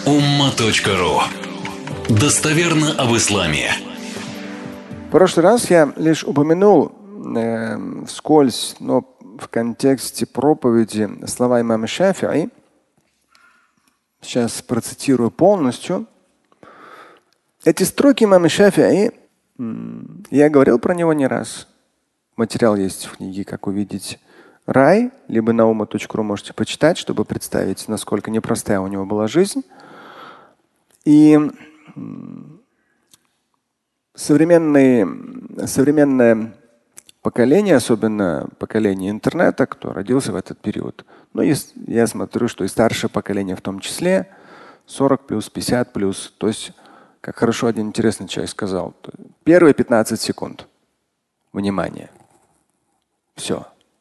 umma.ru. Достоверно об исламе. В прошлый раз я лишь упомянул вскользь, но в контексте проповеди слова имама Шафи'и. Сейчас процитирую полностью. Эти строки имама Шафи'и, я говорил про него не раз. Материал есть в книге, как увидеть, Рай, либо на umma.ru можете почитать, чтобы представить, насколько непростая у него была жизнь. И современное поколение, особенно поколение интернета, кто родился в этот период, я смотрю, что и старшее поколение в том числе, 40+, 50+. То есть, как хорошо один интересный человек сказал, первые 15 секунд внимания. Все.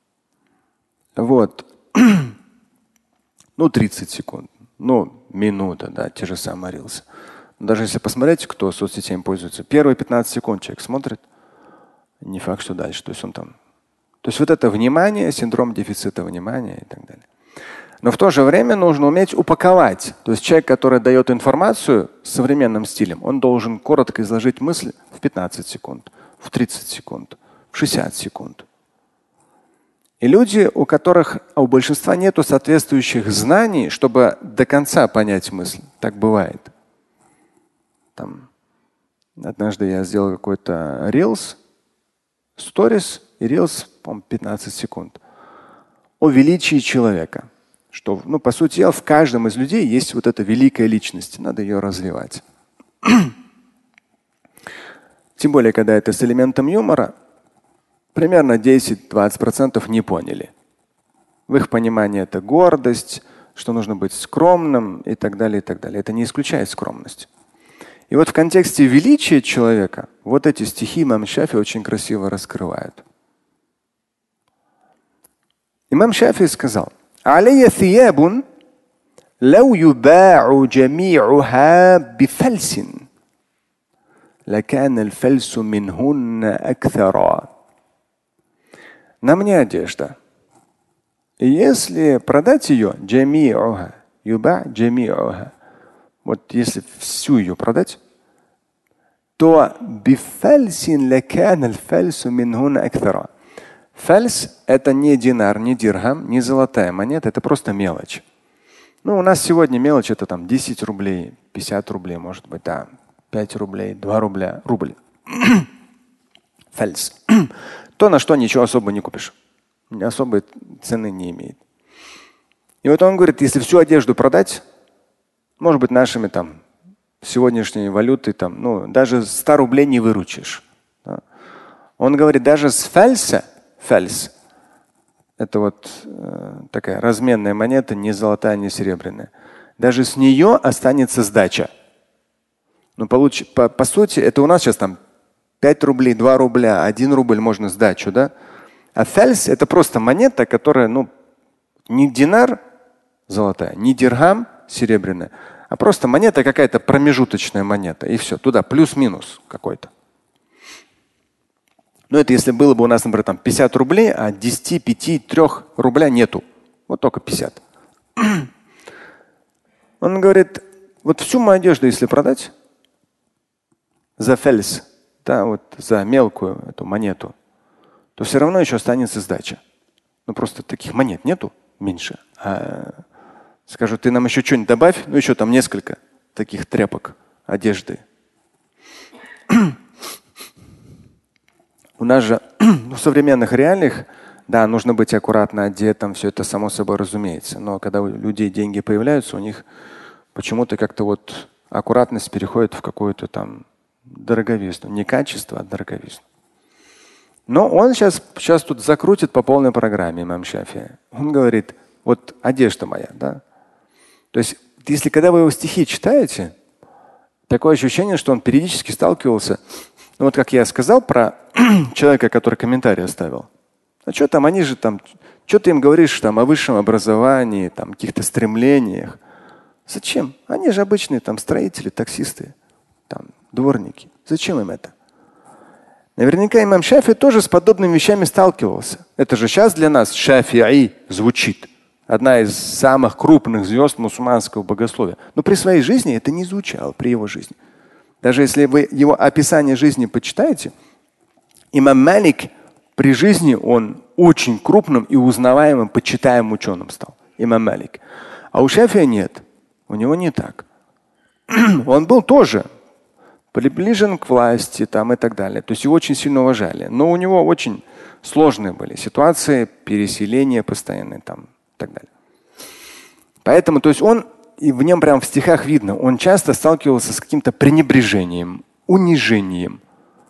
Вот. 30 секунд. Минута, да, те же самые рилсы. Даже если посмотреть, кто соцсетями пользуется, первые 15 секунд человек смотрит, не факт, что дальше. То есть он там. То есть вот это внимание, синдром дефицита внимания и так далее. Но в то же время нужно уметь упаковать. То есть человек, который дает информацию современным стилем, он должен коротко изложить мысль в 15 секунд, в 30 секунд, в 60 секунд. И люди, у большинства нету соответствующих знаний, чтобы до конца понять мысль. Так бывает. Однажды я сделал какой-то рилс, сторис и рилс, по-моему, 15 секунд. О величии человека. Что, по сути дела, в каждом из людей есть вот эта великая личность. Надо ее развивать. Тем более, когда это с элементом юмора, примерно 10-20% не поняли. В их понимании это гордость, что нужно быть скромным и так далее, и так далее. Это не исключает скромность. И вот в контексте величия человека вот эти стихи имам Шафи очень красиво раскрывают. Имам Шафи сказал: «Алейя thiябун лау юба'у джами'уха бифальсин лакан аль-фальсу минхунна акthара». На мне одежда. И если продать ее, джами'уха, юба' джами'уха, вот если всю ее продать, то бифальсин лакан аль-фальсу минхунна акthара. Фальс – это не динар, не дирхам, не золотая монета, это просто мелочь. У нас сегодня мелочь – это 10 рублей, 50 рублей, может быть, 5 рублей, 2 рубля, рубль. Фальс. То, на что ничего особо не купишь. Особой цены не имеет. И вот он говорит, если всю одежду продать, может быть, нашими сегодняшней валютой, даже 100 рублей не выручишь. Он говорит, даже с фальса, фальс – это такая разменная монета, не золотая, не серебряная. Даже с нее останется сдача. По сути, это у нас сейчас 5 рублей, 2 рубля, 1 рубль можно сдачу, да? А фальс – это просто монета, которая, не динар золотая, не дирхам серебряная, а просто монета какая-то промежуточная монета. И все, туда плюс-минус какой-то. Это если было бы у нас, например, 50 рублей, а 10, 5, 3 рубля нету. Вот только 50. Он говорит, вот всю мою одежду, если продать за фельс, за мелкую эту монету, то все равно еще останется сдача. Просто таких монет нету меньше. Скажу, ты нам еще что-нибудь добавь, еще несколько таких тряпок одежды. У нас же в современных реалиях, нужно быть аккуратно одетым, все это само собой разумеется. Но когда у людей деньги появляются, у них почему-то как-то аккуратность переходит в какую-то дороговизну. Не качество, а дороговизну. Но он сейчас тут закрутит по полной программе, имам Шафи. Он говорит, вот одежда моя, да. То есть, когда вы его стихи читаете, такое ощущение, что он периодически сталкивался. Как я сказал про человека, который комментарий оставил. Что там, они же что ты им говоришь о высшем образовании, каких-то стремлениях? Зачем? Они же обычные строители, таксисты, дворники. Зачем им это? Наверняка имам Шафи тоже с подобными вещами сталкивался. Это же сейчас для нас Шафи'и звучит. одна из самых крупных звезд мусульманского богословия. Но при своей жизни это не звучало, при его жизни. Даже если вы его описание жизни почитаете, имам Малик при жизни он очень крупным и узнаваемым, почитаемым ученым стал. Имам Малик. А у Шафия нет. У него не так. Он был тоже приближен к власти там, и так далее. То есть его очень сильно уважали. Но у него очень сложные были ситуации, переселения постоянные там, и так далее. Поэтому, то есть он, и в нем прямо в стихах видно, он часто сталкивался с каким-то пренебрежением, унижением.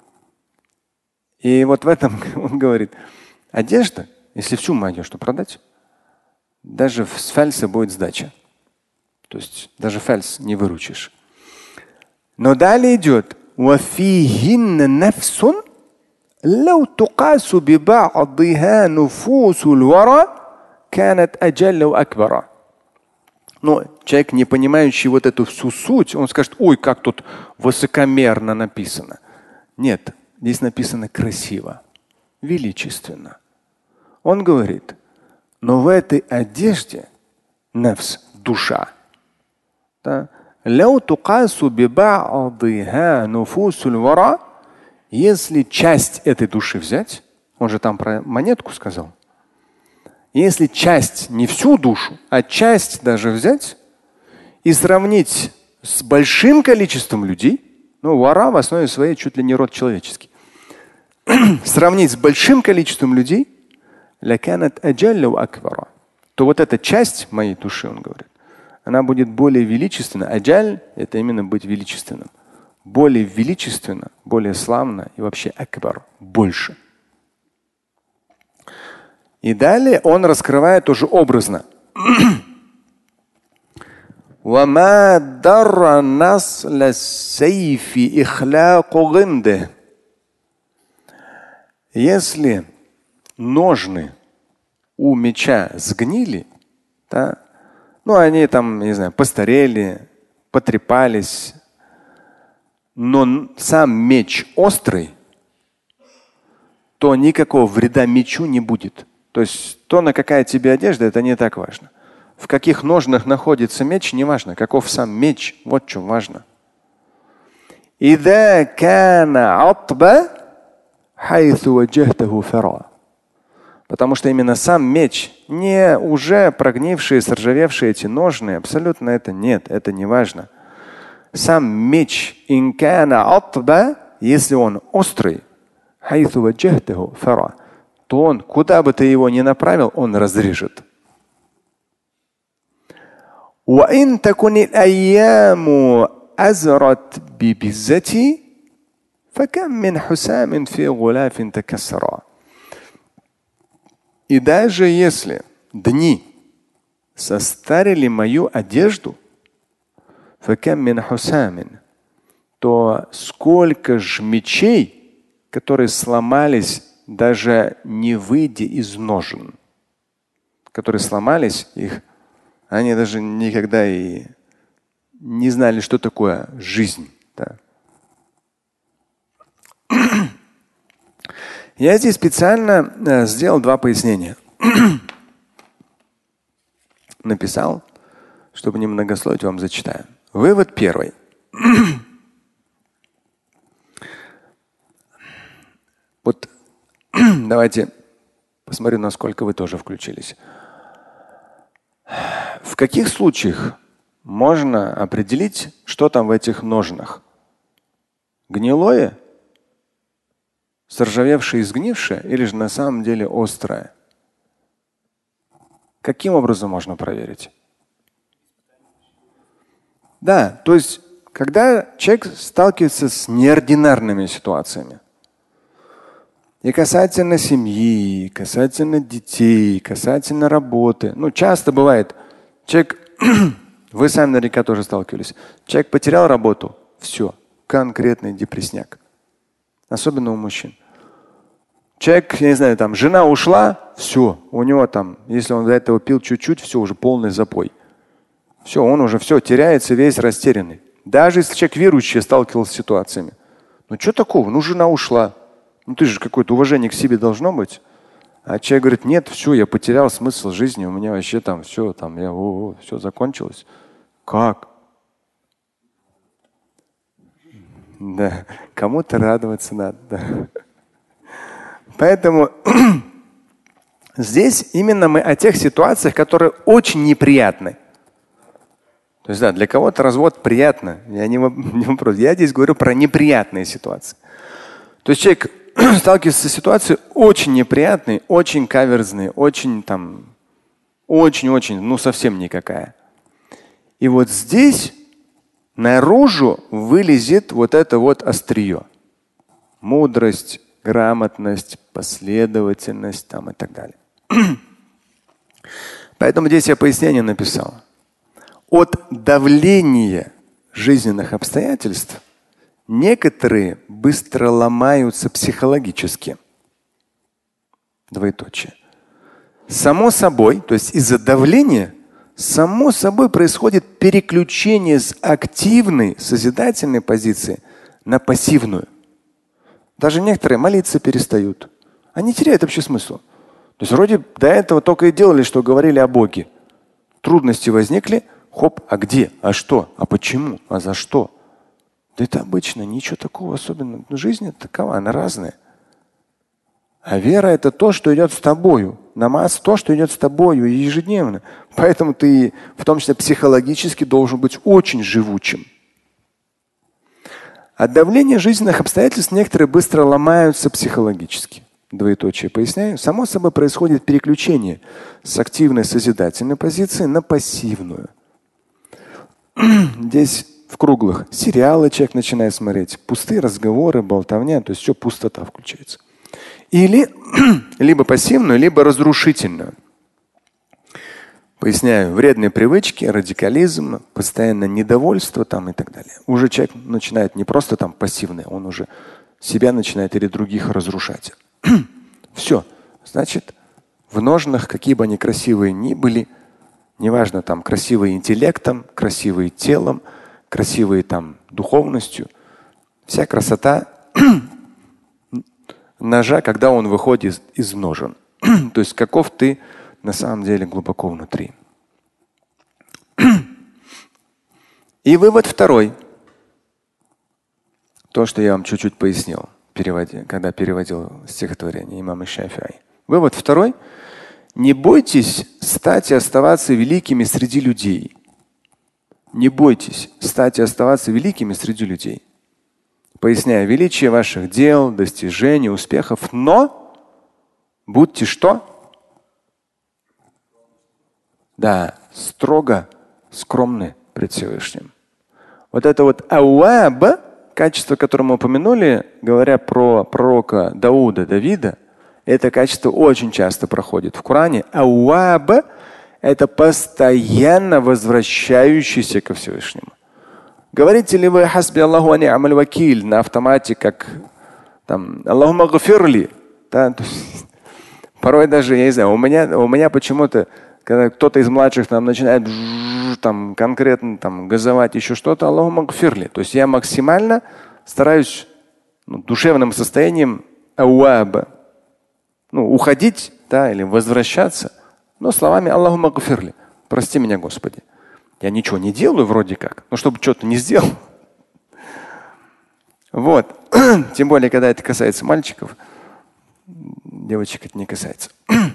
И вот в этом он говорит, одежда, если всю мою одежду продать, даже с фальса будет сдача. То есть даже фальс не выручишь. Но далее идет وَفِيهِنَّ نَفْسٌ لَوْ تُقَاسُ بِبَعْضِهَا نُفُوسُ الْوَرَى كَانَتْ أَجَلَّ وَأَكْبَرَ. Но человек, не понимающий вот эту всю суть, он скажет, ой, как тут высокомерно написано. Нет, здесь написано красиво, величественно. Он говорит, но в этой одежде нафс, душа, да, если часть этой души взять, он же там про монетку сказал, если часть, не всю душу, а часть даже взять и сравнить с большим количеством людей, ну, вара в основе своей чуть ли не род человеческий, сравнить с большим количеством людей, то вот эта часть моей души, он говорит, она будет более величественна. Аджаль – это именно быть величественным. Более величественно, более славно и вообще акбар – больше. И далее он раскрывает уже образно. Если ножны у меча сгнили, да, ну они там, не знаю, постарели, потрепались, но сам меч острый, то никакого вреда мечу не будет. То есть то, на какая тебе одежда, это не так важно. В каких ножнах находится меч, не важно. Каков сам меч, вот что важно. Потому что именно сам меч, не уже прогнившие, сржавевшие эти ножны, абсолютно это нет, это не важно. Сам меч, если он острый, то он, куда бы ты его ни направил, он разрежет. И даже если дни состарили мою одежду, то сколько ж мечей, которые сломались, даже не выйдя из ножен, которые сломались, их, они даже никогда и не знали, что такое жизнь. Да. Я здесь специально сделал два пояснения. Написал, чтобы не многословить, вам зачитаю. Вывод первый. Вот давайте посмотрю, насколько вы тоже включились. В каких случаях можно определить, что там в этих ножнах? Гнилое, сржавевшее и сгнившее, или же на самом деле острое? Каким образом можно проверить? Да, то есть, когда человек сталкивается с неординарными ситуациями, и касательно семьи, касательно детей, касательно работы. Ну, часто бывает, человек, вы сами наверняка тоже сталкивались, человек потерял работу, все, конкретный депрессняк. Особенно у мужчин. Человек, я не знаю, там, жена ушла, все, у него там, если он до этого пил чуть-чуть, все, уже полный запой. Все, он уже все, теряется весь растерянный. Даже если человек верующий сталкивался с ситуациями. Ну что такого? Ну жена ушла. Ну ты же какое-то уважение к себе должно быть. А человек говорит, нет, все, я потерял смысл жизни, у меня вообще там все, все закончилось. Как? Да, кому-то радоваться надо. Да. Поэтому здесь именно мы о тех ситуациях, которые очень неприятны. То есть, да, для кого-то развод приятно. Не вопрос. Я здесь говорю про неприятные ситуации. То есть человек сталкивается с ситуацией очень неприятной, очень каверзной, очень совсем никакая. И вот здесь наружу вылезет вот это вот острие. Мудрость, грамотность, последовательность и так далее. Поэтому здесь я пояснение написал. От давления жизненных обстоятельств некоторые быстро ломаются психологически. Двоеточие. Само собой, то есть из-за давления, само собой происходит переключение с активной, созидательной позиции на пассивную. Даже некоторые молиться перестают. Они теряют вообще смысл. То есть вроде до этого только и делали, что говорили о Боге. Трудности возникли. Хоп, а где? А что? А почему? А за что? Да это обычно, ничего такого особенного. Жизнь такова, она разная. А вера – это то, что идет с тобою. Намаз – то, что идет с тобою ежедневно. Поэтому ты, в том числе психологически, должен быть очень живучим. От давления жизненных обстоятельств некоторые быстро ломаются психологически. Двоеточие поясняю. Само собой происходит переключение с активной созидательной позиции на пассивную. Здесь в круглых сериалы человек начинает смотреть, пустые разговоры, болтовня, то есть все пустота включается. Или либо пассивную, либо разрушительную. Поясняю, вредные привычки, радикализм, постоянное недовольство и так далее. Уже человек начинает не просто пассивный, он уже себя начинает или других разрушать. Все. Значит, в ножнах, какие бы они красивые ни были, неважно, красивые интеллектом, красивые телом, красивые духовностью, вся красота ножа, когда он выходит из ножен. То есть каков ты на самом деле глубоко внутри. И вывод второй. То, что я вам чуть-чуть пояснил, когда переводил стихотворение имама Шафи'и. Вывод второй. Не бойтесь стать и оставаться великими среди людей. Не бойтесь стать и оставаться великими среди людей. Поясняя величие ваших дел, достижений, успехов, но будьте что? Да, строго скромны пред Всевышним. Вот это вот ауаб, качество, которое мы упомянули, говоря про пророка Давида, это качество очень часто проходит в Коране. Ауаб – это постоянно возвращающийся ко Всевышнему. Говорите ли вы «Хасби Аллаху ва ни'маль вакиль» на автомате, как «Аллахумма гфирли». Да? Порой даже, я не знаю, у меня почему-то, когда кто-то из младших начинает конкретно газовать еще что-то, «Аллахумма гфирли». То есть я максимально стараюсь душевным состоянием ауаб уходить, или возвращаться, но словами «Аллахумма гфирли». Прости меня, Господи. Я ничего не делаю вроде как, но чтобы что-то не сделал. Вот. Тем более, когда это касается мальчиков, девочек это не касается.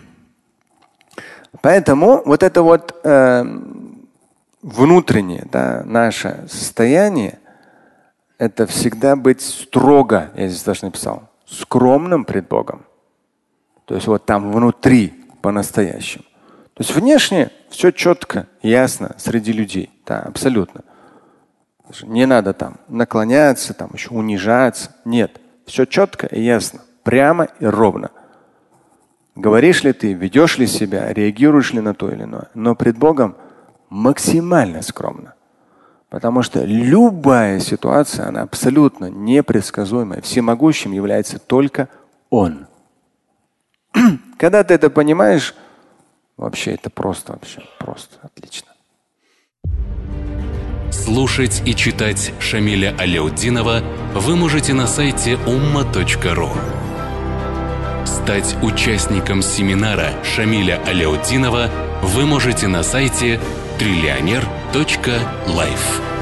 Поэтому вот это вот внутреннее наше состояние, это всегда быть строго, я здесь даже написал, скромным пред Богом. То есть вот там внутри по-настоящему. То есть внешне все четко, ясно среди людей. Да, абсолютно. Не надо наклоняться, еще унижаться. Нет. Все четко и ясно. Прямо и ровно. Говоришь ли ты, ведешь ли себя, реагируешь ли на то или иное. Но пред Богом максимально скромно. Потому что любая ситуация, она абсолютно непредсказуемая. Всемогущим является только Он. Когда ты это понимаешь, вообще это просто отлично. Слушать и читать Шамиля Аляутдинова вы можете на сайте umma.ru. Стать участником семинара Шамиля Аляутдинова вы можете на сайте trillioner.life.